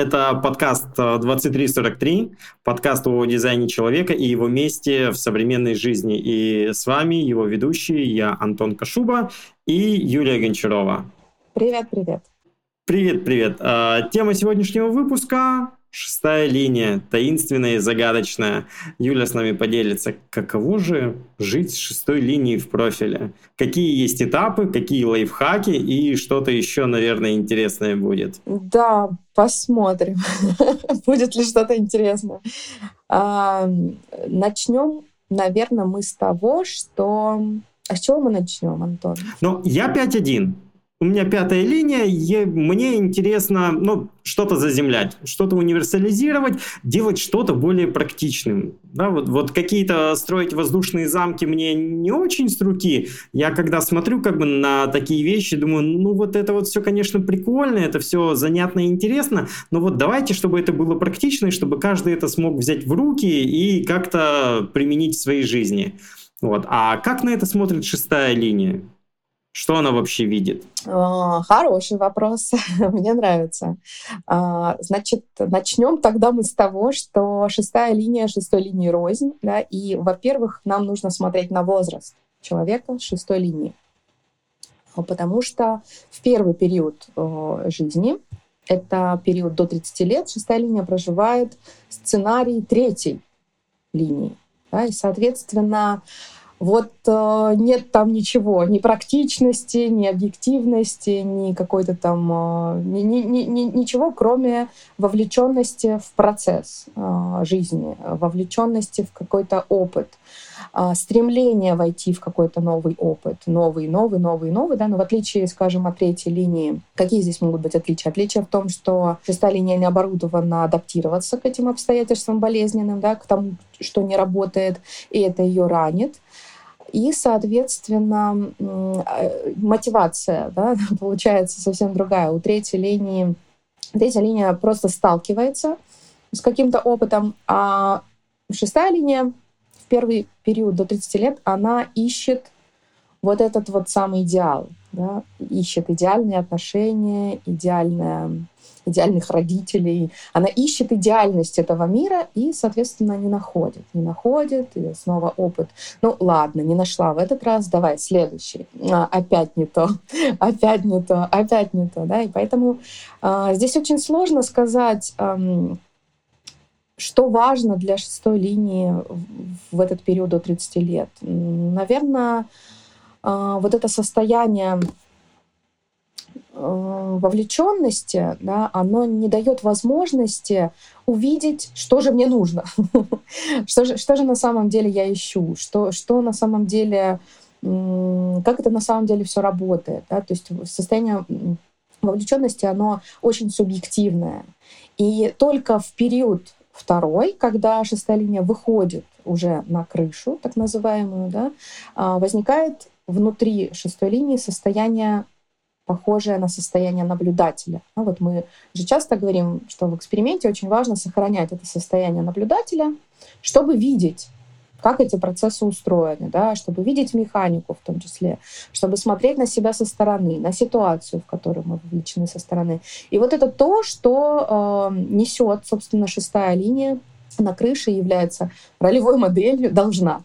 Это подкаст 2343, подкаст о дизайне человека и его месте в современной жизни. И с вами его ведущий, я Антон Кашуба и Юлия Гончарова. Привет, привет. Привет. Тема сегодняшнего выпуска — шестая линия, таинственная и загадочная. Юля с нами поделится, каково же жить с шестой линией в профиле. Какие есть этапы, какие лайфхаки и что-то еще, наверное, интересное будет. Да, посмотрим, будет ли что-то интересное. Начнем, наверное, мы с того, что... А с чего мы начнем, Антон? Я 5-1. У меня пятая линия, и мне интересно что-то заземлять, что-то универсализировать, делать что-то более практичным. Да, вот какие-то строить воздушные замки мне не очень с руки. Я когда смотрю на такие вещи, думаю, это все, конечно, прикольно, это все занятно и интересно, но давайте, чтобы это было практично, и чтобы каждый это смог взять в руки и как-то применить в своей жизни. А как на это смотрит шестая линия? Что она вообще видит? Хороший вопрос, мне нравится. Значит, начнем тогда мы с того, что шестая линия шестой линии рознь. Да, и, во-первых, нам нужно смотреть на возраст человека с шестой линии. Потому что в первый период жизни, это период до 30 лет, шестая линия проживает сценарий третьей линии. Да, и, соответственно, нет там ничего, ни практичности, ни объективности, ни какой-то там ничего, кроме вовлеченности в процесс жизни, вовлеченности в какой-то опыт, стремление войти в какой-то новый опыт, новый, да, но в отличие, скажем, от третьей линии, какие здесь могут быть отличия? Отличие в том, что шестая линия не оборудована адаптироваться к этим обстоятельствам болезненным, да, к тому, что не работает, и это ее ранит. И, соответственно, мотивация, да, получается совсем другая. У третья линия просто сталкивается с каким-то опытом, а шестая линия в первый период до 30 лет, она ищет этот самый идеал, да, ищет идеальные отношения, идеальных родителей. Она ищет идеальность этого мира и, соответственно, не находит. И снова опыт. Ладно, не нашла в этот раз, давай, следующий. Опять не то. Да? И поэтому здесь очень сложно сказать, что важно для шестой линии в этот период до 30 лет. Наверное, это состояние вовлеченности, да, оно не дает возможности увидеть, что же мне нужно, что же на самом деле я ищу, что на самом деле, как это на самом деле все работает. Да? То есть состояние вовлеченности, оно очень субъективное. И только в период второй, когда шестая линия выходит уже на крышу, так называемую, да, возникает внутри шестой линии состояние, похожее на состояние наблюдателя. Мы же часто говорим, что в эксперименте очень важно сохранять это состояние наблюдателя, чтобы видеть, как эти процессы устроены, да, чтобы видеть механику в том числе, чтобы смотреть на себя со стороны, на ситуацию, в которую мы вовлечены со стороны. И это то, что несет, собственно, шестая линия на крыше, является ролевой моделью, должна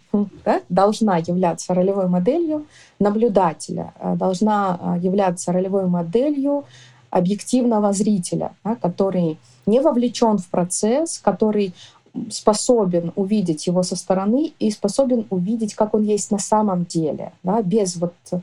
являться ролевой моделью наблюдателя, должна являться ролевой моделью объективного зрителя, да, который не вовлечен в процесс, который способен увидеть его со стороны и способен увидеть, как он есть на самом деле, да, без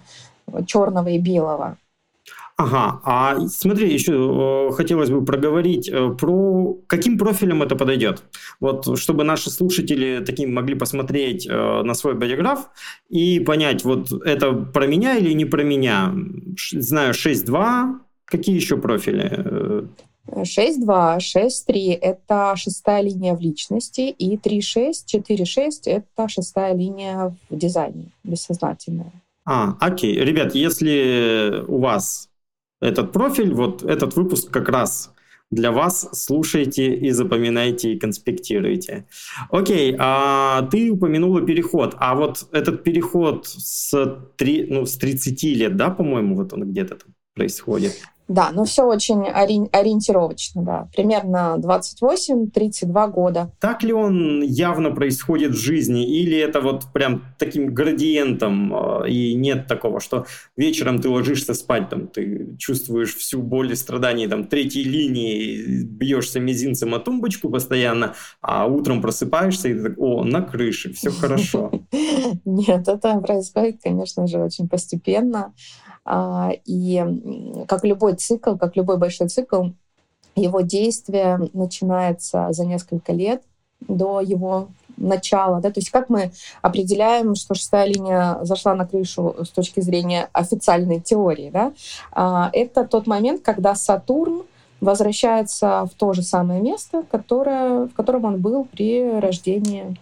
черного и белого. Ага, а смотри, еще хотелось бы проговорить про каким профилем это подойдет. Чтобы наши слушатели таким могли посмотреть на свой бодиграф и понять, это про меня или не про меня. Знаю, 6-2, какие еще профили? 6-2, 6-3 — это шестая линия в личности, и 3-6, 4-6 — это шестая линия в дизайне, бессознательная. Окей. Ребят, если у вас этот профиль, этот выпуск как раз для вас. Слушайте и запоминайте, и конспектируйте. Окей, ты упомянула переход. А этот переход с 30 лет, да, по-моему, он где-то там происходит? Да, но все очень ориентировочно, да. Примерно 28-32 года. Так ли он явно происходит в жизни, или это вот прям таким градиентом, и нет такого, что вечером ты ложишься спать, там, ты чувствуешь всю боль и страдания там, третьей линии, бьешься мизинцем о тумбочку постоянно, а утром просыпаешься и ты так, о, на крыше, все хорошо. Нет, это происходит, конечно же, очень постепенно. И как любой цикл, как любой большой цикл, его действие начинается за несколько лет до его начала. Да? То есть как мы определяем, что шестая линия зашла на крышу с точки зрения официальной теории? Да? Это тот момент, когда Сатурн возвращается в то же самое место, в котором он был при рождении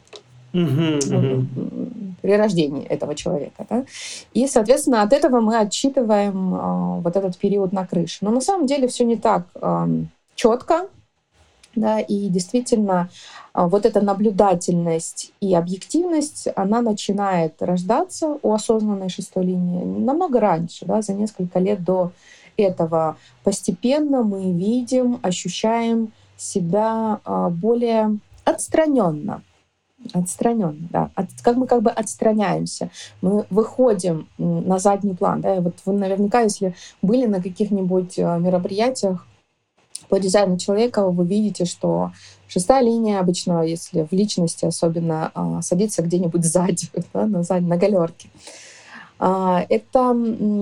при рождении этого человека. Да? И, соответственно, от этого мы отчитываем вот этот период на крыше. Но на самом деле все не так четко. Да, и действительно, вот эта наблюдательность и объективность, она начинает рождаться у осознанной шестой линии намного раньше, да, за несколько лет до этого. Постепенно мы видим, ощущаем себя более отстраненно, да. Как бы отстраняемся. Мы выходим на задний план. Да. И вот вы наверняка, если были на каких-нибудь мероприятиях по дизайну человека, вы видите, что шестая линия обычно, если в личности особенно, садится где-нибудь сзади, да, на галерке. Это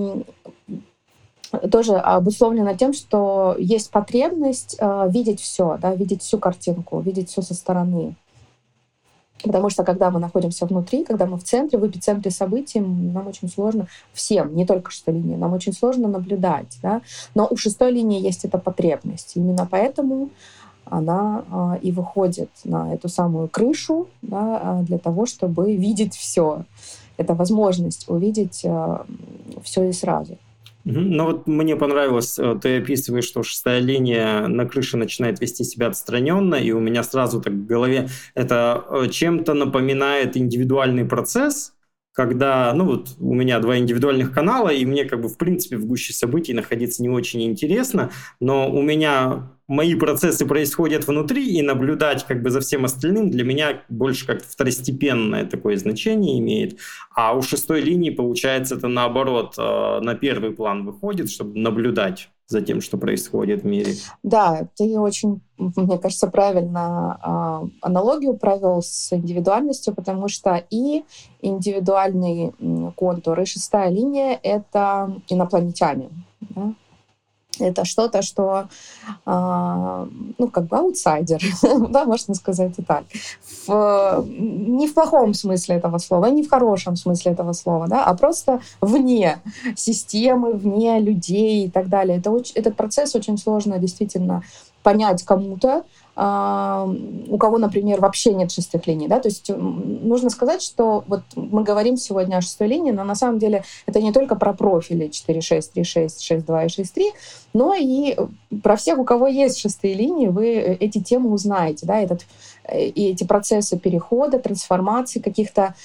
тоже обусловлено тем, что есть потребность видеть все, да, видеть всю картинку, видеть все со стороны. Потому что когда мы находимся внутри, когда мы в центре, в эпицентре событий, нам очень сложно, всем, не только шестой линии, нам очень сложно наблюдать. Да? Но у шестой линии есть эта потребность. Именно поэтому она и выходит на эту самую крышу, да, для того, чтобы видеть все. Это возможность увидеть все и сразу. Ну вот мне понравилось, ты описываешь, что шестая линия на крыше начинает вести себя отстраненно, и у меня сразу так в голове это чем-то напоминает индивидуальный процесс, когда, ну вот у меня 2 индивидуальных канала, и мне как бы в принципе в гуще событий находиться не очень интересно, но у меня мои процессы происходят внутри, и наблюдать как бы за всем остальным для меня больше как второстепенное такое значение имеет. А у шестой линии, получается, это наоборот, на первый план выходит, чтобы наблюдать за тем, что происходит в мире. Да, ты очень, мне кажется, правильно аналогию провел с индивидуальностью, потому что и индивидуальный контур, и шестая линия — это инопланетяне. Да? Это что-то, что, ну, как бы аутсайдер, да, можно сказать и так. Не в плохом смысле этого слова, не в хорошем смысле этого слова, да, а просто вне системы, вне людей и так далее. Этот процесс очень сложно действительно понять кому-то, у кого, например, вообще нет шестых линий. Да? То есть нужно сказать, что вот мы говорим сегодня о шестой линии, но на самом деле это не только про профили 4-6, 3-6, 6-2 и 6-3, но и про всех, у кого есть шестые линии, вы эти темы узнаете. Да? И эти процессы перехода, трансформации каких-то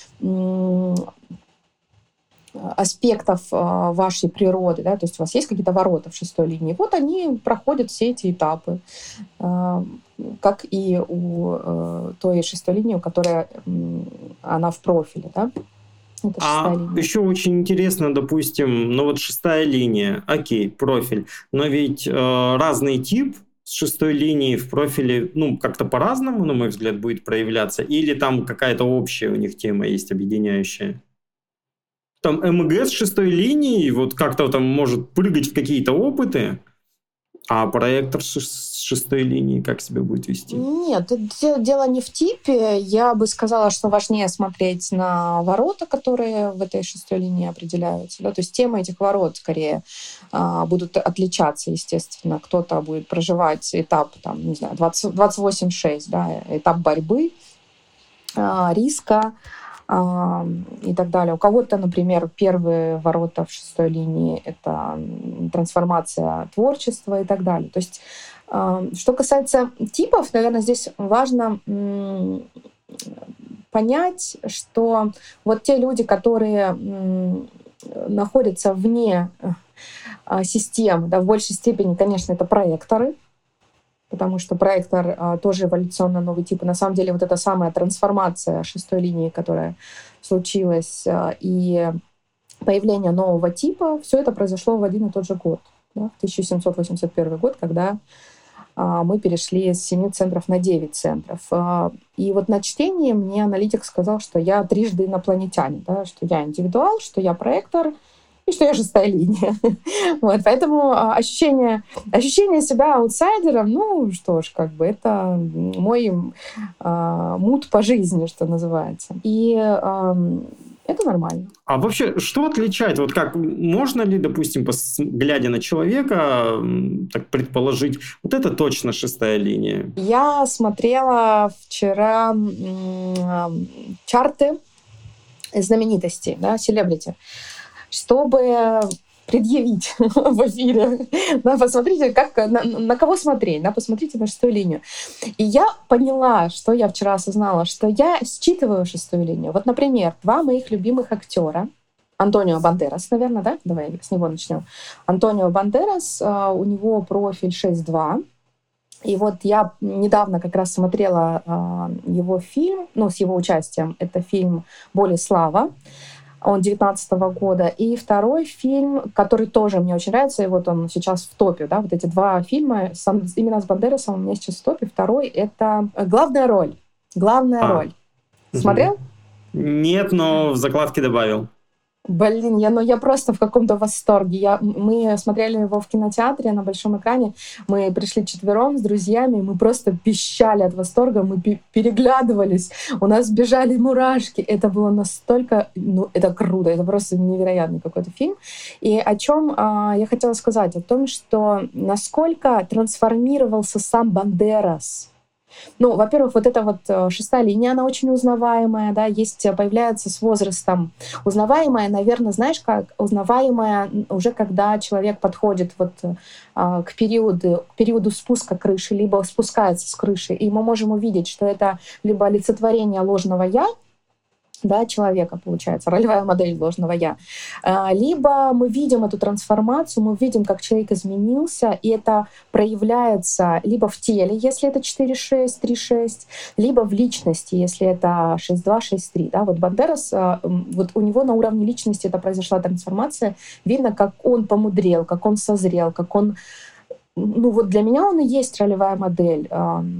аспектов вашей природы, да, то есть у вас есть какие-то ворота в шестой линии, вот они проходят все эти этапы, как и у той шестой линии, у которой она в профиле, да. Еще очень интересно, допустим, ну вот шестая линия, окей, профиль, но ведь разный тип с шестой линии в профиле, ну, как-то по-разному, на мой взгляд, будет проявляться, или там какая-то общая у них тема есть, объединяющая? Там МГ с шестой линии вот как-то там может прыгать в какие-то опыты, а проектор с шестой линии как себя будет вести? Нет, дело не в типе. Я бы сказала, что важнее смотреть на ворота, которые в этой шестой линии определяются. Да? То есть темы этих ворот скорее будут отличаться, естественно. Кто-то будет проживать этап, там, не знаю, 28-6, да, этап борьбы, риска, и так далее. У кого-то, например, первые ворота в шестой линии — это трансформация творчества и так далее. То есть, что касается типов, наверное, здесь важно понять, что вот те люди, которые находятся вне системы, да, в большей степени, конечно, это проекторы, потому что проектор тоже эволюционно новый тип. И на самом деле вот эта самая трансформация шестой линии, которая случилась, и появление нового типа, все это произошло в один и тот же год, да, в 1781 год, когда мы перешли с 7 центров на 9 центров. И вот на чтении мне аналитик сказал, что я трижды инопланетянин, да, что я индивидуал, что я проектор, и что я шестая линия. Вот, поэтому ощущение себя аутсайдером, ну что ж, как бы это мой мут по жизни, что называется. И это нормально. А вообще, что отличает? Вот как можно ли, допустим, глядя на человека, так предположить, вот это точно шестая линия? Я смотрела вчера чарты знаменитостей, да, селебрити, чтобы предъявить в эфире. Да, посмотрите, на кого смотреть, да, посмотрите на шестую линию. И я поняла, что я вчера осознала, что я считываю шестую линию. Вот, например, два моих любимых актера. Антонио Бандерас, наверное, да? Давай с него начнем. Антонио Бандерас, у него профиль 6.2. И вот я недавно как раз смотрела его фильм, ну, с его участием. Это фильм «Боль и слава». Он 19 года. И второй фильм, который тоже мне очень нравится, и вот он сейчас в топе, да, вот эти два фильма, именно с Бандерасом у меня сейчас в топе. Второй — это «Главная роль». «Главная роль». Смотрел? Нет, но в закладке добавил. Блин, я просто в каком-то восторге. Мы смотрели его в кинотеатре на большом экране. Мы пришли четвером с друзьями, мы просто пищали от восторга, мы переглядывались, у нас бежали мурашки. Это было настолько... Ну, это круто, это просто невероятный какой-то фильм. И о чем я хотела сказать? О том, что насколько трансформировался сам Бандерас. Ну, во-первых, вот эта вот шестая линия, она очень узнаваемая, да, появляется с возрастом. Узнаваемая, наверное, знаешь, как узнаваемая уже когда человек подходит вот к периоду спуска крыши, либо спускается с крыши, и мы можем увидеть, что это либо олицетворение ложного «я», да, человека, получается, ролевая модель ложного «я». Либо мы видим эту трансформацию, мы видим, как человек изменился, и это проявляется либо в теле, если это 4-6, 3-6, либо в личности, если это 6-2, 6-3. Да? Вот Бандерас, вот у него на уровне личности это произошла трансформация. Видно, как он помудрел, как он созрел, как он... Ну вот для меня он и есть ролевая модель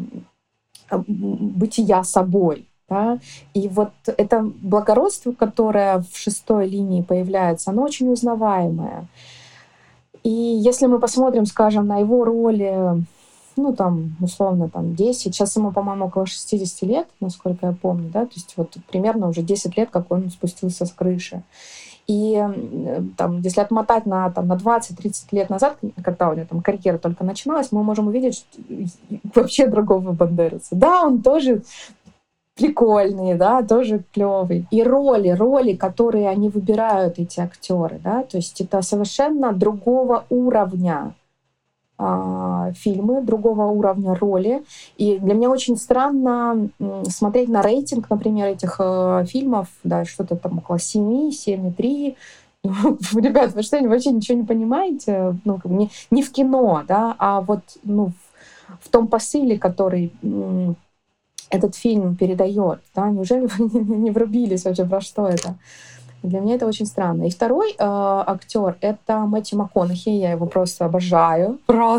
бытия собой. Да? И вот это благородство, которое в шестой линии появляется, оно очень узнаваемое. И если мы посмотрим, скажем, на его роли, ну, там, условно, там, 10, сейчас ему, по-моему, около 60 лет, насколько я помню, да, то есть вот примерно уже 10 лет, как он спустился с крыши. И там, если отмотать на 20-30 лет назад, когда у него там карьера только начиналась, мы можем увидеть вообще другого Бандераса. Да, он тоже прикольные, да, тоже клевый. И роли, которые они выбирают, эти актеры, да, то есть это совершенно другого уровня фильмы, другого уровня роли. И для меня очень странно смотреть на рейтинг, например, этих фильмов, да, что-то там около 7, 7,3. Ребят, вы что, вообще ничего не понимаете? Ну, как бы не в кино, да, а вот ну, в том посыле, который этот фильм передает. Да? Неужели вы не врубились вообще, про что это? Для меня это очень странно. И второй актер — это Мэтью МакКонахи. Я его просто обожаю.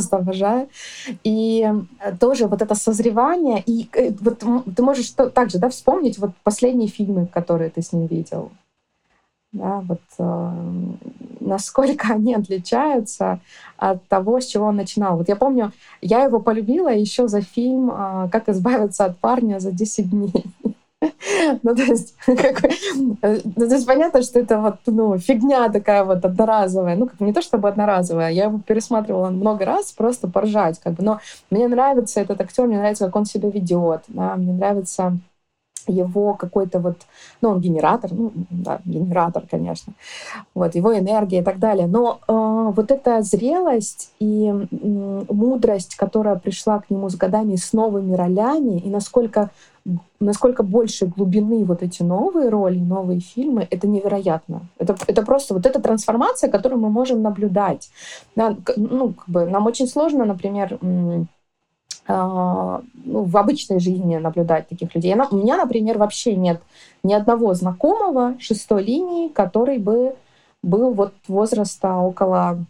И тоже вот это созревание. И вот ты можешь также, да, вспомнить вот последние фильмы, которые ты с ним видел. Да, вот насколько они отличаются от того, с чего он начинал. Вот я помню, я его полюбила еще за фильм «Как избавиться от парня за 10 дней». Ну, то есть понятно, что это вот, ну, фигня такая вот одноразовая. Ну, как не то чтобы одноразовая, я его пересматривала много раз, просто поржать, как бы. Но мне нравится этот актер, мне нравится, как он себя ведет, да, мне нравится его какой-то вот, ну, он генератор, ну, да, генератор, конечно, вот, его энергия и так далее. Но вот эта зрелость и мудрость, которая пришла к нему с годами, с новыми ролями, и насколько насколько больше глубины вот эти новые роли, новые фильмы, это невероятно. Это просто вот эта трансформация, которую мы можем наблюдать. Да, ну, как бы нам очень сложно, например, в обычной жизни наблюдать таких людей. У меня, например, вообще нет ни одного знакомого 6-й линии, который бы был вот возраста около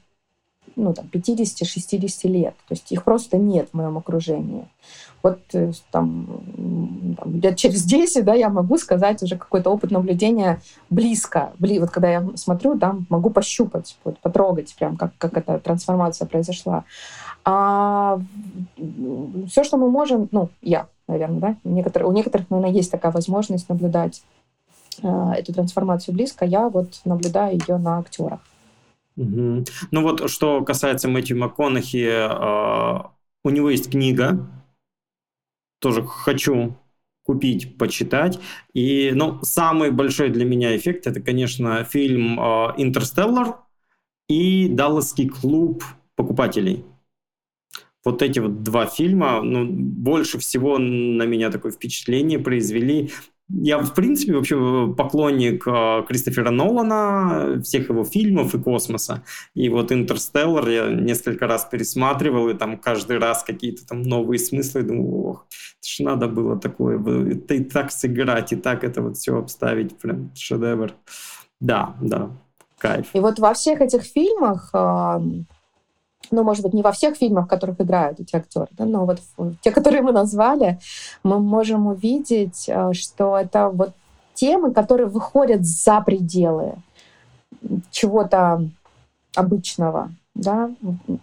50-60 лет. То есть их просто нет в моем окружении. Вот там, лет через 10, да, я могу сказать уже какой-то опыт наблюдения близко. Вот когда я смотрю, там могу пощупать, вот, потрогать прям, как эта трансформация произошла. А все, что мы можем, я, наверное, да, у некоторых, наверное, есть такая возможность наблюдать эту трансформацию близко. Я вот наблюдаю ее на актерах. Ну вот, что касается Мэтью МакКонахи, у него есть книга, тоже хочу купить, почитать. И, самый большой для меня эффект — это, конечно, фильм «Интерстеллар» и «Далласский клуб покупателей». Вот эти вот два фильма, больше всего на меня такое впечатление произвели. Я, в принципе, вообще поклонник Кристофера Нолана, всех его фильмов и космоса. И вот «Интерстеллар» я несколько раз пересматривал, и там каждый раз какие-то там новые смыслы. Думаю, это ж надо было такое, и так сыграть, и так это вот все обставить. Прям шедевр. Да, кайф. И вот во всех этих фильмах... может быть, не во всех фильмах, в которых играют эти актеры, да, но вот те, которые мы назвали, мы можем увидеть, что это вот темы, которые выходят за пределы чего-то обычного, да.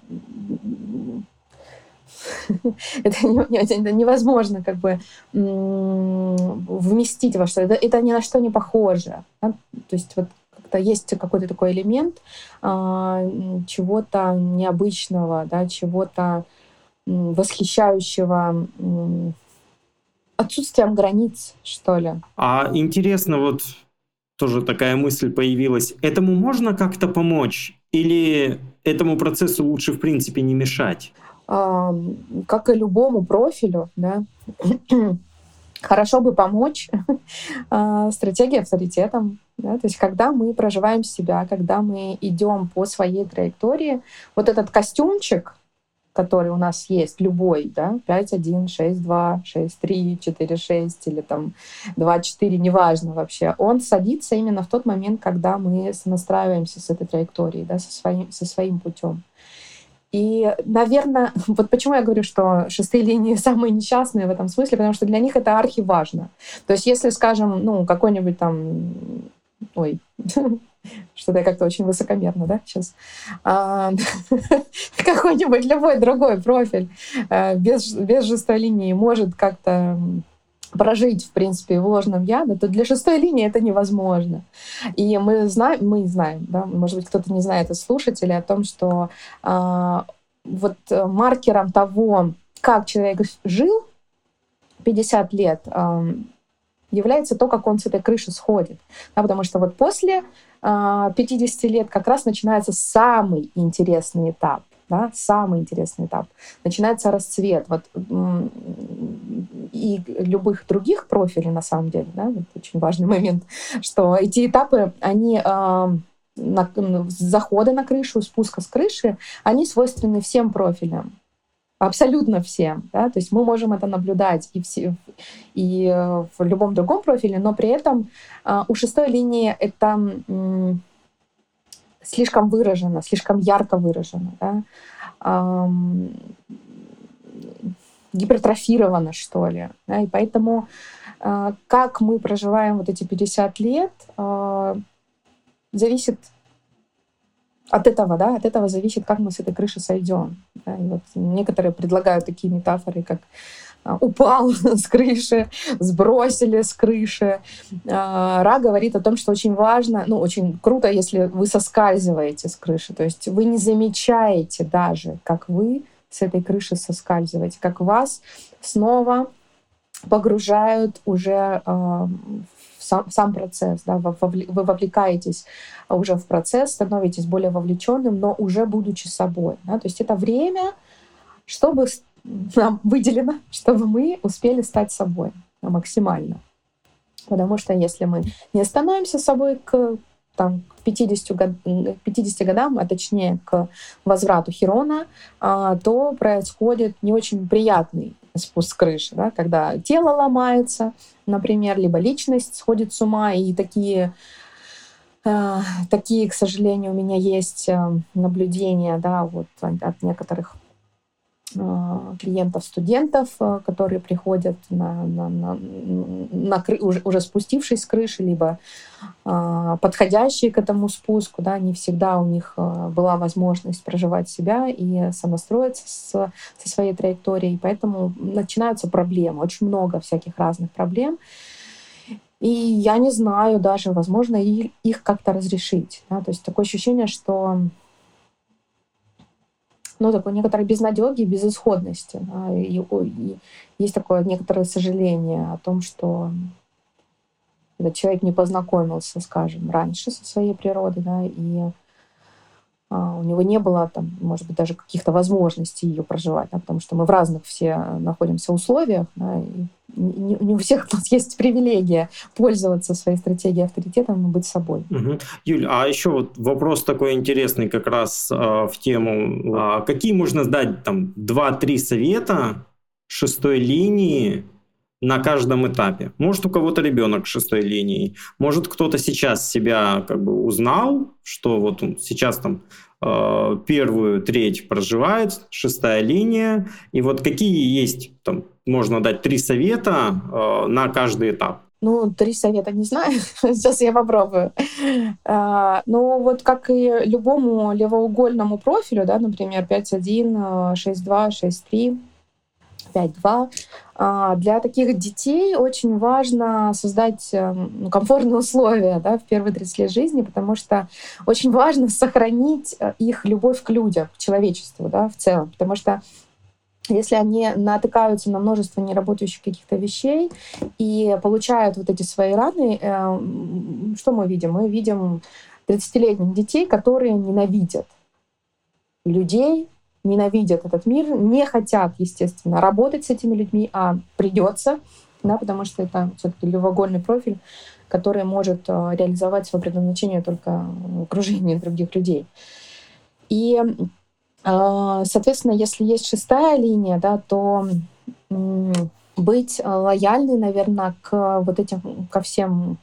Это невозможно как бы вместить во что. Это ни на что не похоже. Да? То есть вот есть какой-то такой элемент чего-то необычного, да, чего-то восхищающего, отсутствием границ, что ли. А интересно, вот тоже такая мысль появилась. Этому можно как-то помочь? Или этому процессу лучше, в принципе, не мешать? Как и любому профилю, да, хорошо бы помочь стратегии авторитетом. Да? То есть когда мы проживаем себя, когда мы идем по своей траектории, вот этот костюмчик, который у нас есть, любой, да, 5-1, 6-2, 6-3, 4-6 или там 2-4, неважно вообще, он садится именно в тот момент, когда мы сонастраиваемся с этой траекторией, да, со своим путем. И, наверное, вот почему я говорю, что 6-е линии самые несчастные в этом смысле, потому что для них это архиважно. То есть если, скажем, какой-нибудь там... что-то я как-то очень высокомерно, да, сейчас. Какой-нибудь любой другой профиль без 6-й линии может как-то прожить, в принципе, в ложном я, да, то для 6-й линии это невозможно. И мы знаем, да, может быть, кто-то не знает из слушателей о том, что вот маркером того, как человек жил 50 лет, является то, как он с этой крыши сходит. Да, потому что вот после 50 лет как раз начинается самый интересный этап. Да, самый интересный этап. Начинается расцвет. Вот, и любых других профилей, на самом деле, да, вот очень важный момент, что эти этапы, они захода на крышу, спуска с крыши, они свойственны всем профилям. Абсолютно всем. Да? То есть мы можем это наблюдать и в любом другом профиле, но при этом у 6-й линии это слишком выражено, слишком ярко выражено, да? Гипертрофировано, что ли. Да? И поэтому как мы проживаем вот эти 50 лет, зависит от этого зависит, как мы с этой крыши сойдем. Да? И вот некоторые предлагают такие метафоры, как упал с крыши, сбросили с крыши. Ра говорит о том, что очень важно, очень круто, если вы соскальзываете с крыши. То есть вы не замечаете даже, как вы с этой крыши соскальзываете, как вас снова погружают уже в сам процесс, да, вы вовлекаетесь уже в процесс, становитесь более вовлеченным, но уже будучи собой. Да? То есть это время, чтобы нам выделено, чтобы мы успели стать собой. максимально. Потому что если мы не становимся собой к 50 годам, а точнее к возврату Хирона, то происходит не очень приятный спуск с крыши, да, когда тело ломается, например, либо личность сходит с ума, и такие, к сожалению, у меня есть наблюдения, да, вот от некоторых клиентов, студентов, которые приходят уже спустившись с крыши, либо подходящие к этому спуску, да, не всегда у них была возможность проживать себя и сонастроиться со своей траекторией, поэтому начинаются проблемы, очень много всяких разных проблем. И я не знаю даже, возможно, их как-то разрешить. Да? То есть такое ощущение, что такой некоторой безнадёги, безысходности. Да, и есть такое некоторое сожаление о том, что этот человек не познакомился, скажем, раньше со своей природой, да, и у него не было, может быть, даже каких-то возможностей ее проживать, да, потому что мы в разных все находимся условиях, да, и не у всех у нас есть привилегия пользоваться своей стратегией авторитетом и быть собой. Угу. Юль, а еще вот вопрос такой интересный как раз в тему. Какие можно дать 2-3 совета шестой линии на каждом этапе? Может, у кого-то ребенок шестой линии, может, кто-то сейчас себя узнал, что вот он сейчас первую треть проживает, шестая линия, и вот какие есть, можно дать 3 совета на каждый этап? 3 совета не знаю. Сейчас я попробую. Вот как и любому левоугольному профилю, да, например, 5.1, 6.2, 6.3, 5.2, для таких детей очень важно создать комфортные условия, да, в первые 30 лет жизни, потому что очень важно сохранить их любовь к людям, к человечеству, да, в целом. Потому что если они натыкаются на множество неработающих каких-то вещей и получают вот эти свои раны, что мы видим? Мы видим 30-летних детей, которые ненавидят людей, ненавидят этот мир, не хотят, естественно, работать с этими людьми, а придется, да, потому что это все-таки левоугольный профиль, который может реализовать свое предназначение только в окружении других людей. И соответственно, если есть шестая линия, да, то быть лояльной, наверное, ко всем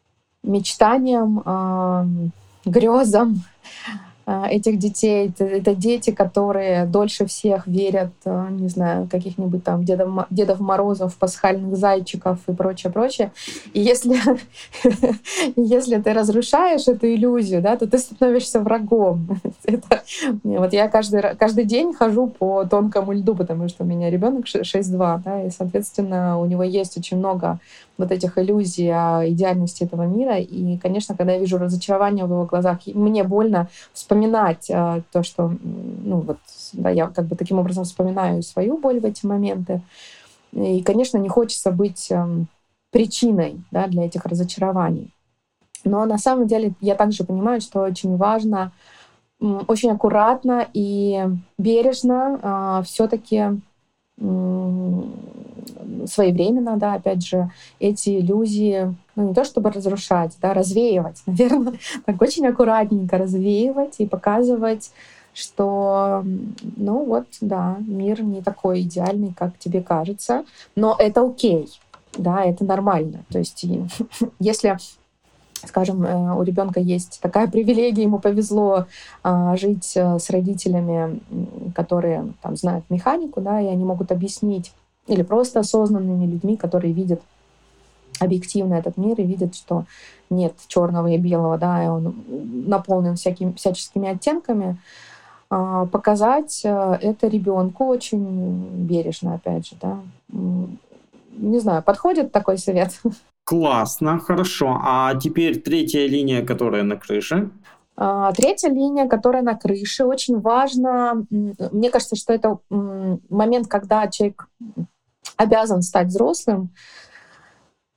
мечтаниям, грезам этих детей. Это дети, которые дольше всех верят, не знаю, каких-нибудь Дедов Морозов, пасхальных зайчиков и прочее. И если ты разрушаешь эту иллюзию, да, то ты становишься врагом. Вот я каждый день хожу по тонкому льду, потому что у меня ребенок 6.2, да, и, соответственно, у него есть очень много вот этих иллюзий о идеальности этого мира. И, конечно, когда я вижу разочарование в его глазах, мне больно вспоминать то, что, я таким образом вспоминаю свою боль в эти моменты. И, конечно, не хочется быть причиной, да, для этих разочарований. Но на самом деле я также понимаю, что очень важно очень аккуратно и бережно все-таки своевременно, да, опять же, эти иллюзии, не то чтобы разрушать, да, развеивать, наверное, так очень аккуратненько развеивать и показывать, что, мир не такой идеальный, как тебе кажется, но это окей, да, это нормально. То есть если, скажем, у ребенка есть такая привилегия, ему повезло жить с родителями, которые знают механику, да, и они могут объяснить, или просто осознанными людьми, которые видят объективно этот мир и видят, что нет черного и белого, да, и он наполнен всяческими оттенками, показать это ребенку очень бережно, опять же, да. Не знаю, подходит такой совет? Классно, хорошо. А теперь 3-я линия, которая на крыше. 3-я линия, которая на крыше, очень важно. Мне кажется, что это момент, когда человек обязан стать взрослым.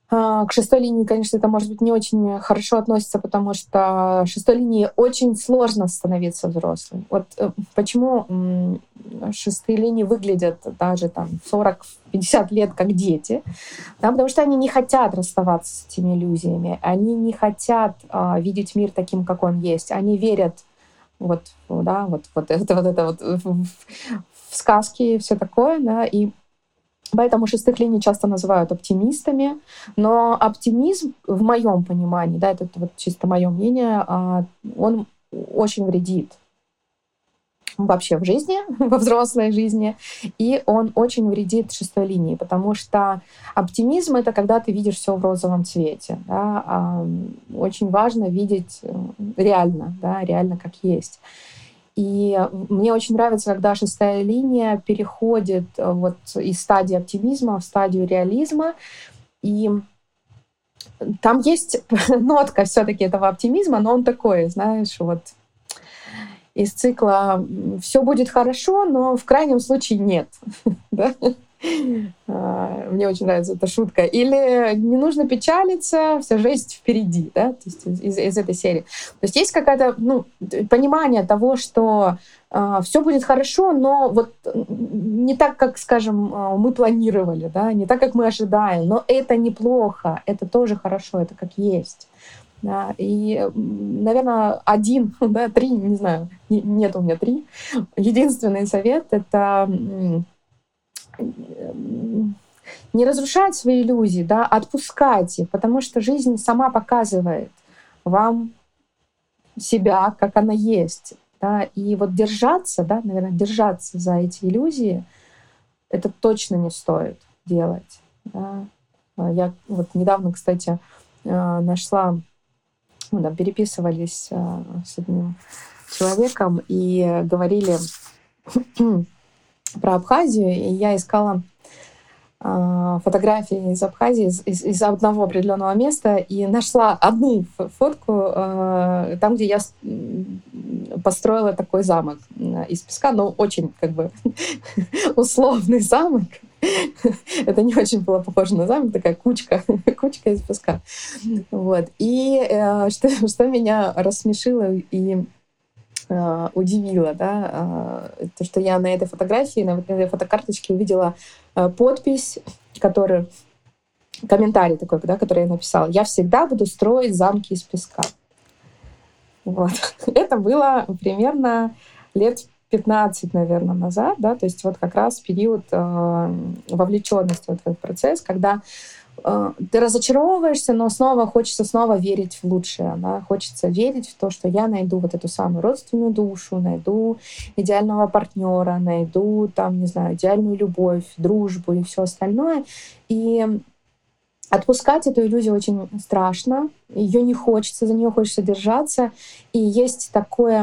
К шестой линии, конечно, это, может быть, не очень хорошо относится, потому что шестой линии очень сложно становиться взрослым. Вот почему шестые линии выглядят даже там 40-50 лет как дети, да, потому что они не хотят расставаться с этими иллюзиями, они не хотят видеть мир таким, как он есть, они верят вот это в сказки и все такое, да, и поэтому шестых линий часто называют оптимистами, но оптимизм, в моем понимании, да, это вот чисто мое мнение, он очень вредит вообще в жизни, во взрослой жизни, и он очень вредит шестой линии, потому что оптимизм — это когда ты видишь все в розовом цвете. Да? Очень важно видеть реально, да, реально как есть. И мне очень нравится, когда шестая линия переходит вот из стадии оптимизма в стадию реализма. И там есть нотка все-таки этого оптимизма, но он такой, знаешь, вот из цикла «все будет хорошо, но в крайнем случае нет». Да? Мне очень нравится эта шутка. Или «не нужно печалиться, вся жизнь впереди». Да? То есть из этой серии. То есть есть какое-то понимание того, что все будет хорошо, но вот не так, как, скажем, мы планировали, да? Не так, как мы ожидаем. Но это неплохо, это тоже хорошо, это как есть. Да, и, наверное, один, да, три, не знаю, нет у меня три. Единственный совет — это не разрушать свои иллюзии, да, отпускать их, потому что жизнь сама показывает вам себя, как она есть. Да, и вот держаться, да, наверное, держаться за эти иллюзии, это точно не стоит делать. Да. Я вот недавно, кстати, нашла, мы там переписывались с одним человеком и говорили про Абхазию, и я искала фотографии из Абхазии, из одного определенного места, и нашла одну фотку там, где я построила такой замок из песка, но очень как бы условный замок. Это не очень было похоже на замок, такая кучка из песка. Вот. И что меня рассмешило и удивило, да, то, что я на этой фотографии, на этой фотокарточке увидела подпись, комментарий такой, да, который я написала: «Я всегда буду строить замки из песка». Вот. Это было примерно лет 15, наверное, назад, да, то есть вот как раз период вовлеченности в этот процесс, когда ты разочаровываешься, но снова хочется верить в лучшее. Да? Хочется верить в то, что я найду вот эту самую родственную душу, найду идеального партнера, найду там, не знаю, идеальную любовь, дружбу и все остальное. И отпускать эту иллюзию очень страшно, ее не хочется, за нее хочется держаться. И есть такая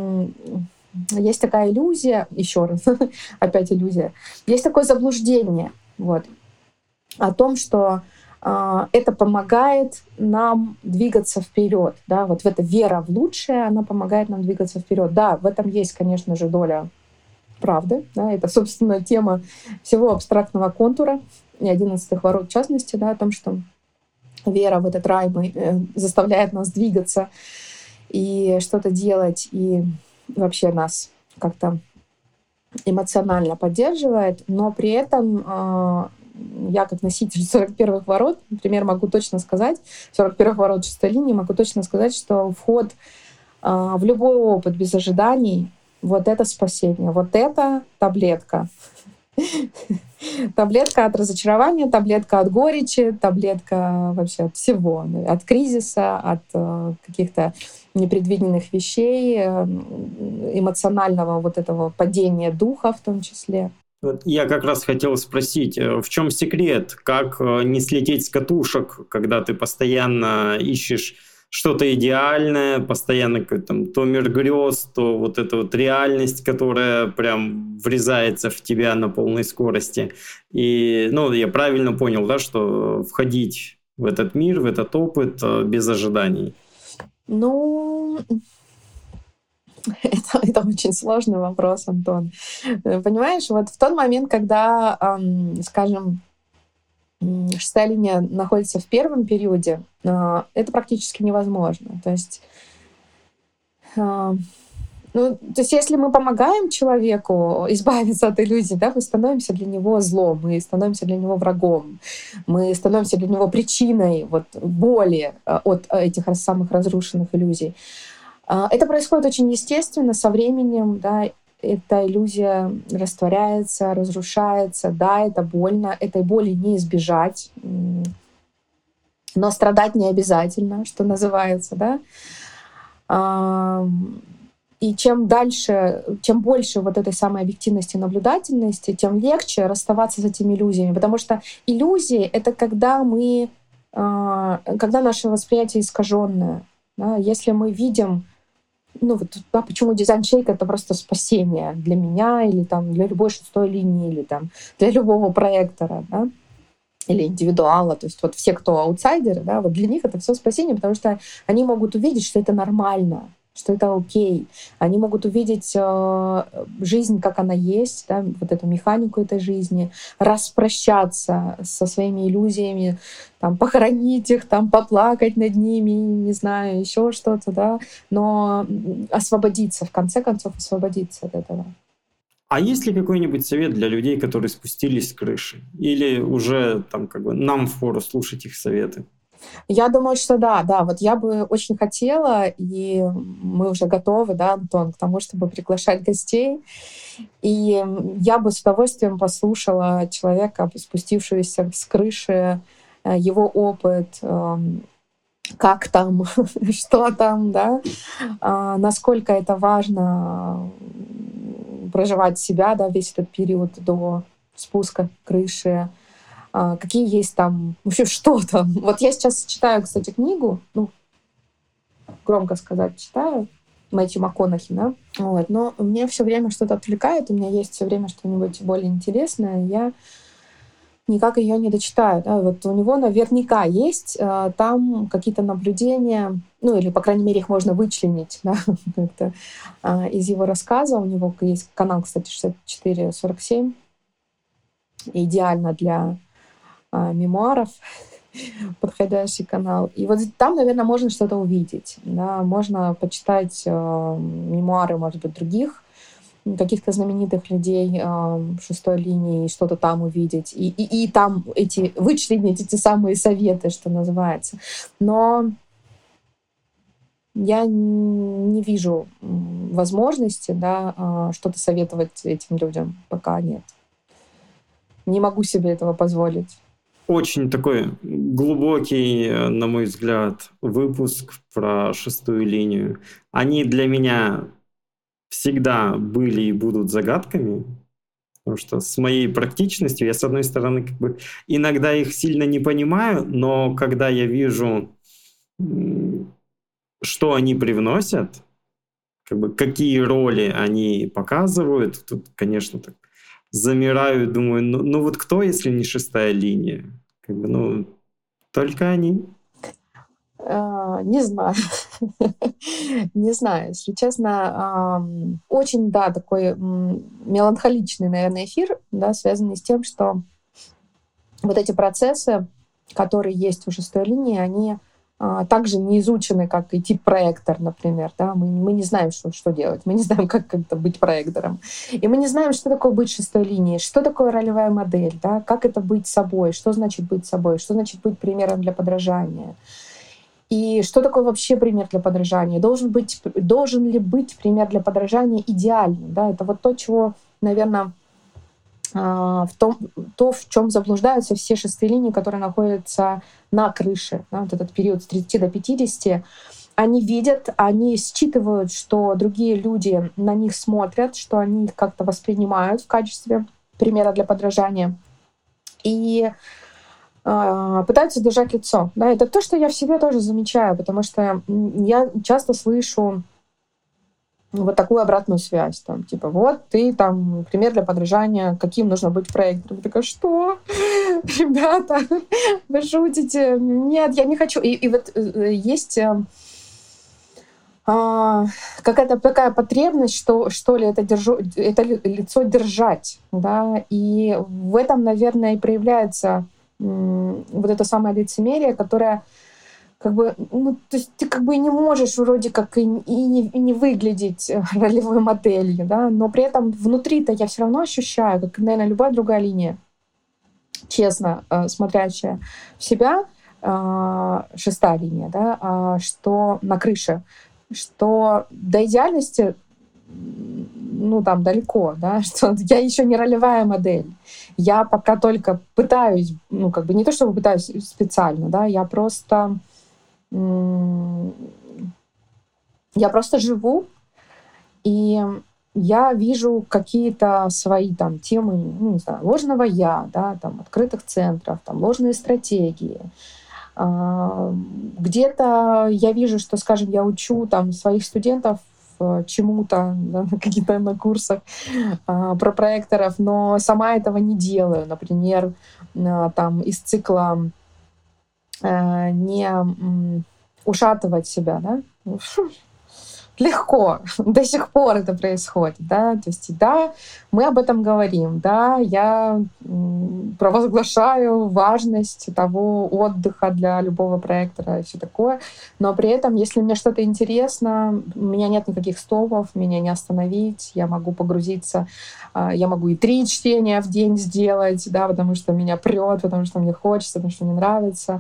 иллюзия, еще раз, опять иллюзия, есть такое заблуждение, вот, о том, что это помогает нам двигаться вперед, да, вот эта вера в лучшее, она помогает нам двигаться вперед. Да, в этом есть, конечно же, доля правды, да, это, собственно, тема всего абстрактного контура и 11 ворот в частности, да, о том, что вера в этот рай заставляет нас двигаться и что-то делать, и вообще нас как-то эмоционально поддерживает, но при этом я как носитель 41-х ворот, например, могу точно сказать, 41-х ворот шестой линии, могу точно сказать, что вход в любой опыт без ожиданий — вот это спасение, вот это таблетка. Таблетка от разочарования, таблетка от горечи, таблетка вообще от всего, от кризиса, от каких-то непредвиденных вещей, эмоционального вот этого падения духа в том числе. Вот я как раз хотел спросить, в чем секрет, как не слететь с катушек, когда ты постоянно ищешь что-то идеальное, постоянно там, то мир грез, то вот эта вот реальность, которая прям врезается в тебя на полной скорости. И, я правильно понял, да, что входить в этот мир, в этот опыт без ожиданий? Это очень сложный вопрос, Антон. Понимаешь, вот в тот момент, когда, скажем, шестая линия находится в первом периоде, это практически невозможно. То есть, если мы помогаем человеку избавиться от иллюзий, да, мы становимся для него злом, мы становимся для него врагом, мы становимся для него причиной боли от этих самых разрушенных иллюзий. Это происходит очень естественно, со временем, да, эта иллюзия растворяется, разрушается. Да, это больно, этой боли не избежать, но страдать не обязательно, что называется, да. И чем дальше, чем больше вот этой самой объективности и наблюдательности, тем легче расставаться с этими иллюзиями. Потому что иллюзии — это когда наше восприятие искаженное. Да? Если мы видим, почему дизайн шейка — это просто спасение для меня или для любой шестой линии, или для любого проектора, да? Или индивидуала, то есть все, кто аутсайдеры, да, для них это все спасение, потому что они могут увидеть, что это нормально, что это окей. Они могут увидеть жизнь, как она есть, да, эту механику этой жизни, распрощаться со своими иллюзиями, похоронить их, поплакать над ними, не знаю, еще что-то, да, но освободиться, в конце концов, освободиться от этого. А есть ли какой-нибудь совет для людей, которые спустились с крыши? Или уже нам впору слушать их советы? Я думаю, что да. Я бы очень хотела, и мы уже готовы, да, Антон, к тому, чтобы приглашать гостей. И я бы с удовольствием послушала человека, спустившегося с крыши, его опыт, как там, что там, да, насколько это важно проживать себя, да, весь этот период до спуска крыши, какие есть вообще что там. Я сейчас читаю, кстати, книгу, громко сказать, читаю, Мэтью МакКонахи, да, но мне все время что-то отвлекает, у меня есть все время что-нибудь более интересное, я никак ее не дочитаю, да, у него наверняка есть там какие-то наблюдения, или, по крайней мере, их можно вычленить, да, как-то из его рассказа. У него есть канал, кстати, 6447, идеально для мемуаров, подходящий канал. И там, наверное, можно что-то увидеть. Да? Можно почитать мемуары, может быть, других каких-то знаменитых людей шестой линии, что-то там увидеть. И там вычленить эти самые советы, что называется. Но я не вижу возможности, да, что-то советовать этим людям, пока нет. Не могу себе этого позволить. Очень такой глубокий, на мой взгляд, выпуск про шестую линию. Они для меня всегда были и будут загадками, потому что с моей практичностью я, с одной стороны, иногда их сильно не понимаю, но когда я вижу, что они привносят, какие роли они показывают, тут, конечно, так замираю, думаю, кто, если не шестая линия? Только они. Не знаю. Не знаю, если честно. Очень, да, такой меланхоличный, наверное, эфир, да, связанный с тем, что эти процессы, которые есть у шестой линии, они также не изучены, как и тип проектор, например. Да? Мы не знаем, что делать, мы не знаем, как это быть проектором. И мы не знаем, что такое быть шестой линией, что такое ролевая модель, да? Как это быть собой, что значит быть собой, что значит быть примером для подражания. И что такое вообще пример для подражания? Должен ли быть пример для подражания идеальным? Да? Это то, чего, наверное, в чем заблуждаются все шестые линии, которые находятся на крыше. Да? Этот период с 30 до 50. Они видят, они считывают, что другие люди на них смотрят, что они их как-то воспринимают в качестве примера для подражания. И пытаются держать лицо. Да, это то, что я в себе тоже замечаю, потому что я часто слышу такую обратную связь. Ты пример для подражания, каким нужно быть проектором. Я такая, что? Ребята, вы шутите? Нет, я не хочу. И есть какая-то такая потребность, что ли, это лицо держать. Да? И в этом, наверное, и проявляется вот это самое лицемерие, которое как бы, ну, то есть ты как бы не можешь вроде как и не выглядеть ролевой моделью, да, но при этом внутри-то я все равно ощущаю, как, наверное, любая другая линия, честно, смотрящая в себя, шестая линия, да, что на крыше, что до идеальности, ну, там далеко, да, что я еще не ролевая модель. Я пока только пытаюсь, ну, как бы не то чтобы пытаюсь специально, да, я просто живу, и я вижу какие-то свои там темы, ну, не знаю, ложного «я», да, там, открытых центров, там, ложные стратегии. Где-то я вижу, что, скажем, я учу там своих студентов чему-то, да, какие-то на курсах про проекторов, но сама этого не делаю. Например, там из цикла не ушатывать себя, да, легко, до сих пор это происходит, да, то есть, да, мы об этом говорим, да, я провозглашаю важность того отдыха для любого проектора и все такое, но при этом, если мне что-то интересно, у меня нет никаких стопов, меня не остановить, я могу погрузиться, я могу и 3 чтения в день сделать, да, потому что меня прет, потому что мне хочется, потому что мне нравится.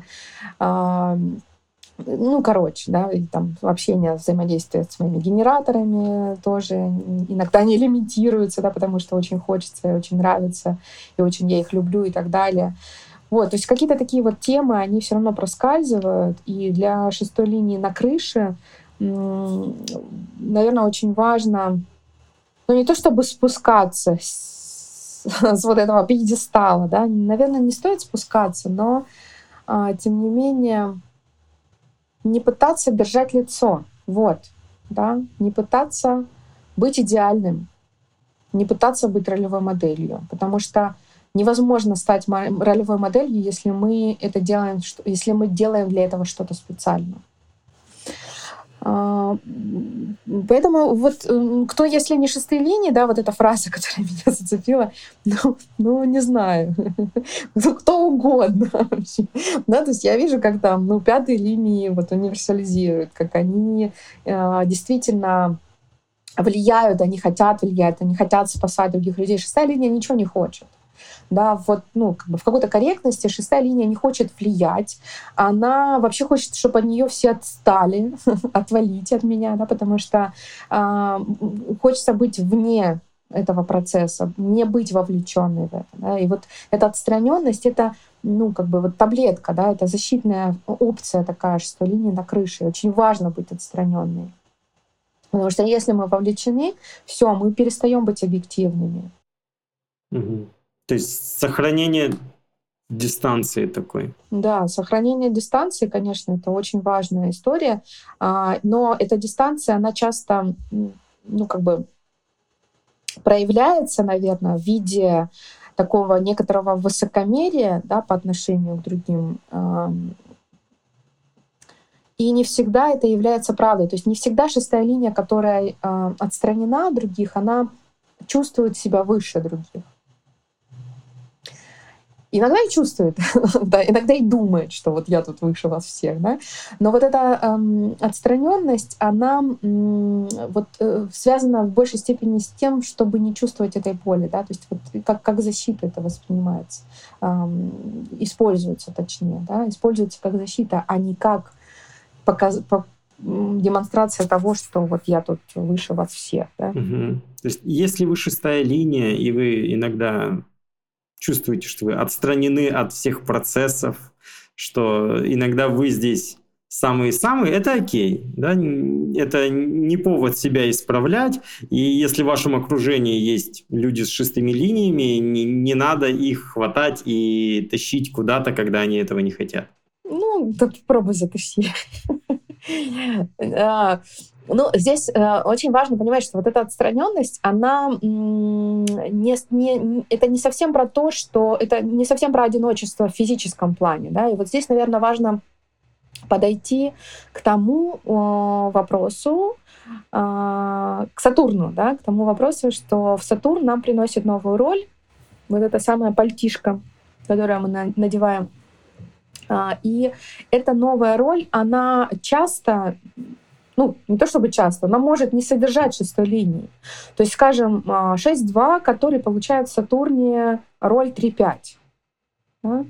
Ну, короче, да, и там общение, взаимодействие с моими генераторами тоже иногда не лимитируется, да, потому что очень хочется, и очень нравится, и очень я их люблю и так далее. Вот, то есть какие-то такие вот темы, они все равно проскальзывают, и для шестой линии на крыше, наверное, очень важно, ну, не то чтобы спускаться с вот этого пьедестала, да, наверное, не стоит спускаться, но, тем не менее, не пытаться держать лицо, вот, да, не пытаться быть идеальным, не пытаться быть ролевой моделью, потому что невозможно стать ролевой моделью, если мы это делаем, если мы делаем для этого что-то специально. Поэтому вот кто, если не шестые линии, да, вот эта фраза, которая меня зацепила, ну не знаю, кто угодно вообще. Да, то есть я вижу, как там, ну, пятые линии вот универсализируют, как они действительно влияют, они хотят влиять, они хотят спасать других людей. Шестая линия ничего не хочет. Да, вот, ну, как бы в какой-то корректности шестая линия не хочет влиять. Она вообще хочет, чтобы от нее все отстали, отвалить от меня, да, потому что хочется быть вне этого процесса, не быть вовлеченной в это. Да, и вот эта отстраненность, это, ну, как бы вот таблетка, да, это защитная опция такая шестой линии на крыше. Очень важно быть отстраненной. Потому что если мы вовлечены, все, мы перестаем быть объективными. Угу. То есть сохранение дистанции такой. Да, сохранение дистанции, конечно, это очень важная история, но эта дистанция, она часто, ну, как бы проявляется, наверное, в виде такого некоторого высокомерия, да, по отношению к другим. И не всегда это является правдой. То есть не всегда шестая линия, которая отстранена от других, она чувствует себя выше других. Иногда и чувствует, да, иногда и думает, что вот я тут выше вас всех, да. Но вот эта отстраненность, она вот связана в большей степени с тем, чтобы не чувствовать этой боли, да, то есть вот как защита это воспринимается, используется точнее, да, используется как защита, а не как демонстрация того, что вот я тут выше вас всех, да. Угу. То есть если вы шестая линия, и вы иногда чувствуете, что вы отстранены от всех процессов, что иногда вы здесь самые-самые, это окей. Да? Это не повод себя исправлять. И если в вашем окружении есть люди с шестыми линиями, не надо их хватать и тащить куда-то, когда они этого не хотят. Ну, да попробуй затащи. Ну, здесь очень важно понимать, что вот эта отстраненность, она это не совсем про то, что это не совсем про одиночество в физическом плане, да. И вот здесь, наверное, важно подойти к тому вопросу, к Сатурну, да, к тому вопросу, что в Сатурн нам приносит новую роль, вот эта самая пальтишка, которое мы надеваем. И эта новая роль, она часто, не то чтобы часто, она может не содержать шестой линии. То есть, скажем, 6-2, который получает в Сатурне роль 3-5. Да?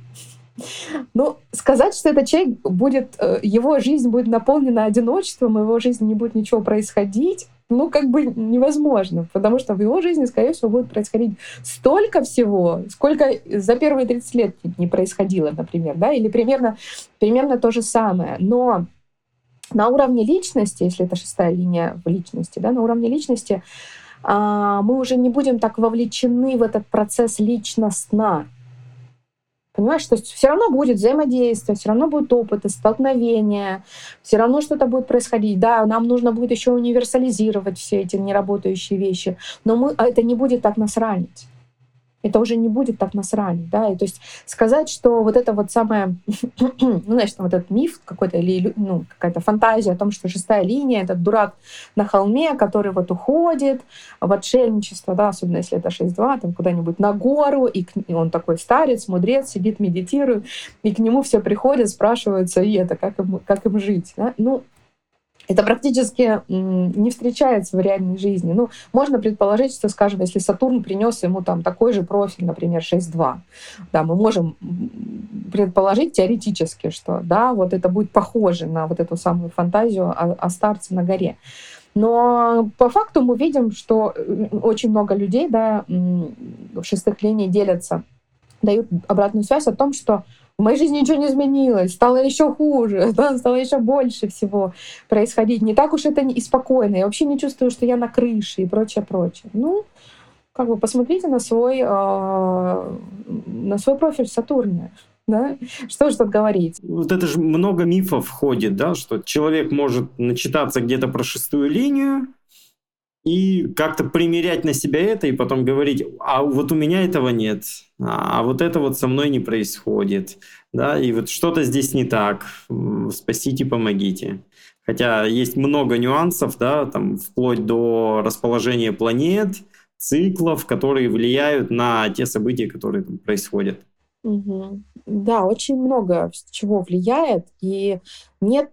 Сказать, что этот человек будет, его жизнь будет наполнена одиночеством, в его жизни не будет ничего происходить, невозможно, потому что в его жизни, скорее всего, будет происходить столько всего, сколько за первые 30 лет не происходило, например, да, или примерно то же самое. Но на уровне личности, если это шестая линия в личности, да, на уровне личности мы уже не будем так вовлечены в этот процесс личностно. Понимаешь, то есть все равно будет взаимодействие, все равно будут опыты, столкновения, все равно что-то будет происходить. Да, нам нужно будет еще универсализировать все эти неработающие вещи, но это не будет так нас ранить. Это уже не будет так нас ранить, да, и то есть сказать, что вот это вот самое, вот этот миф какой-то или какая-то фантазия о том, что шестая линия — это дурак на холме, который вот уходит в отшельничество, да, особенно если это 6-2, там куда-нибудь на гору, и он такой старец, мудрец, сидит, медитирует, и к нему все приходят, спрашиваются, как им жить, да? Это практически не встречается в реальной жизни. Можно предположить, что, скажем, если Сатурн принес ему там такой же профиль, например, 6-2, да, мы можем предположить теоретически, что да, вот это будет похоже на вот эту самую фантазию о старце на горе. Но по факту мы видим, что очень много людей, да, в шестых линиях делятся, дают обратную связь о том, что в моей жизни ничего не изменилось, стало еще хуже, да, стало еще больше всего происходить. Не так уж это и спокойно. Я вообще не чувствую, что я на крыше и прочее. Посмотрите на свой профиль в Сатурне. Да? Что же тут говорить? Вот это же много мифов входит, да, что человек может начитаться где-то про шестую линию и как-то примерять на себя это, и потом говорить, а вот у меня этого нет, а вот это вот со мной не происходит, да, и вот что-то здесь не так, спасите, помогите. Хотя есть много нюансов, да, там вплоть до расположения планет, циклов, которые влияют на те события, которые там происходят. Угу. Да, очень много чего влияет, и нет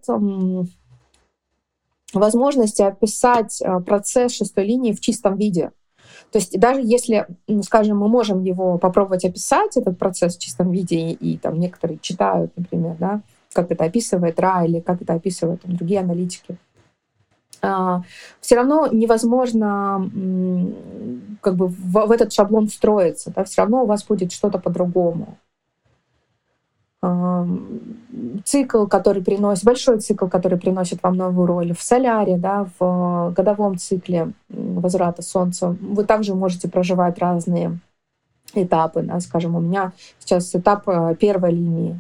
возможности описать процесс шестой линии в чистом виде. То есть даже если, скажем, мы можем его попробовать описать, этот процесс в чистом виде, и там некоторые читают, например, да, как это описывает Ра или как это описывают там другие аналитики, все равно невозможно в этот шаблон встроиться, да, все равно у вас будет что-то по-другому. Цикл, большой цикл, который приносит вам новую роль в соляре, да, в годовом цикле возврата Солнца, вы также можете проживать разные этапы. Да, скажем, у меня сейчас этап первой линии.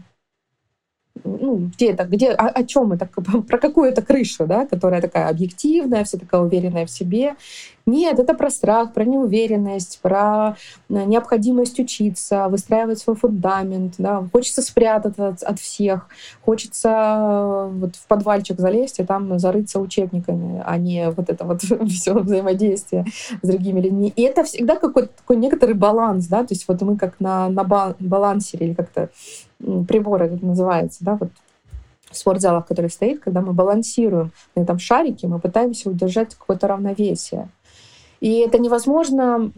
О чем это? Про какую-то крышу, да, которая такая объективная, вся такая уверенная в себе. Нет, это про страх, про неуверенность, про необходимость учиться, выстраивать свой фундамент. Да. Хочется спрятаться от всех, хочется в подвальчик залезть и там зарыться учебниками, а не вот это вот все взаимодействие с другими людьми. И это всегда какой-то такой некоторый баланс, да, то есть вот мы как на балансере или как-то прибор это называется, да, вот в спортзалах, который стоит, когда мы балансируем на этом шарике, мы пытаемся удержать какое-то равновесие. И это невозможно,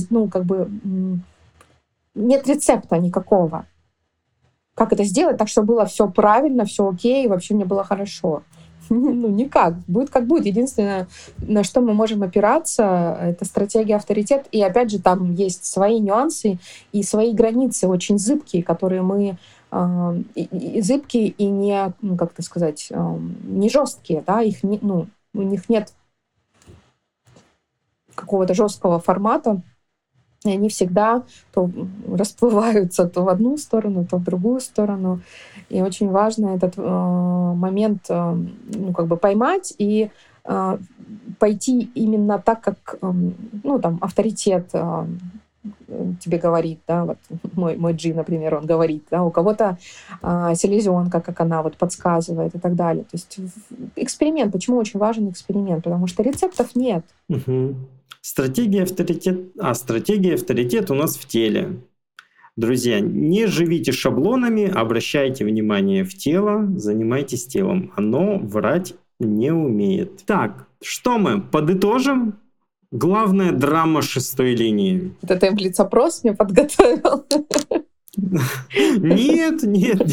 нет рецепта никакого. Как это сделать так, чтобы было все правильно, все окей, и вообще мне было хорошо? Никак. Будет как будет. Единственное, на что мы можем опираться, это стратегия авторитет. И опять же, там есть свои нюансы и свои границы очень зыбкие, которые мы зыбкие и не, не жесткие, да, у них нет какого-то жесткого формата, и они всегда то расплываются то в одну сторону, то в другую сторону. И очень важно этот момент поймать и пойти именно так, как авторитет тебе говорит, да, вот мой Джи, например, он говорит, да, у кого-то селезенка, как она вот подсказывает и так далее. То есть эксперимент. Почему очень важен эксперимент? Потому что рецептов нет. Угу. Стратегия авторитет у нас в теле. Друзья, не живите шаблонами, обращайте внимание в тело, занимайтесь телом. Оно врать не умеет. Так, что мы подытожим? Главная драма 6-й линии. Это ты блиц-опрос мне подготовил? Нет.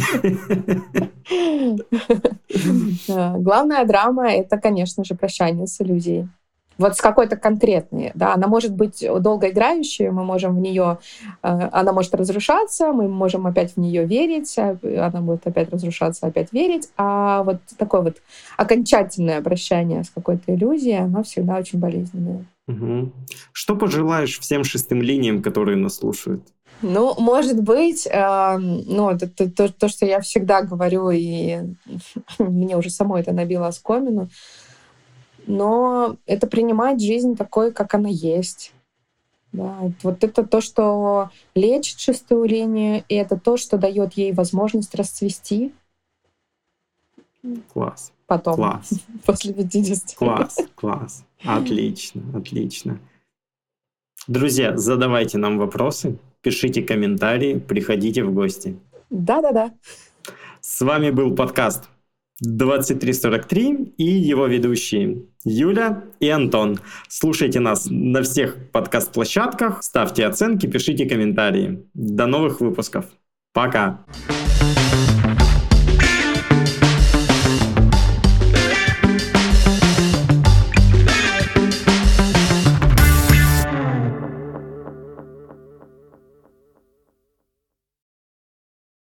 Главная драма — это, конечно же, прощание с иллюзией. Вот с какой-то конкретной, да, она может быть долгоиграющей, мы можем в нее, она может разрушаться, мы можем опять в нее верить, она будет опять разрушаться, опять верить, а вот такое вот окончательное прощание с какой-то иллюзией, оно всегда очень болезненное. Угу. Что пожелаешь всем 6-м линиям, которые нас слушают? Ну, может быть, это то, что я всегда говорю, и мне уже самой это набило оскомину, но это принимать жизнь такой, как она есть. Да, вот это то, что лечит 6-ю линию, и это то, что дает ей возможность расцвести. Класс. Потом, класс. После 50. Класс. Отлично. Друзья, задавайте нам вопросы, пишите комментарии, приходите в гости. Да. С вами был подкаст 2343 и его ведущие Юля и Антон. Слушайте нас на всех подкаст-площадках, ставьте оценки, пишите комментарии. До новых выпусков. Пока!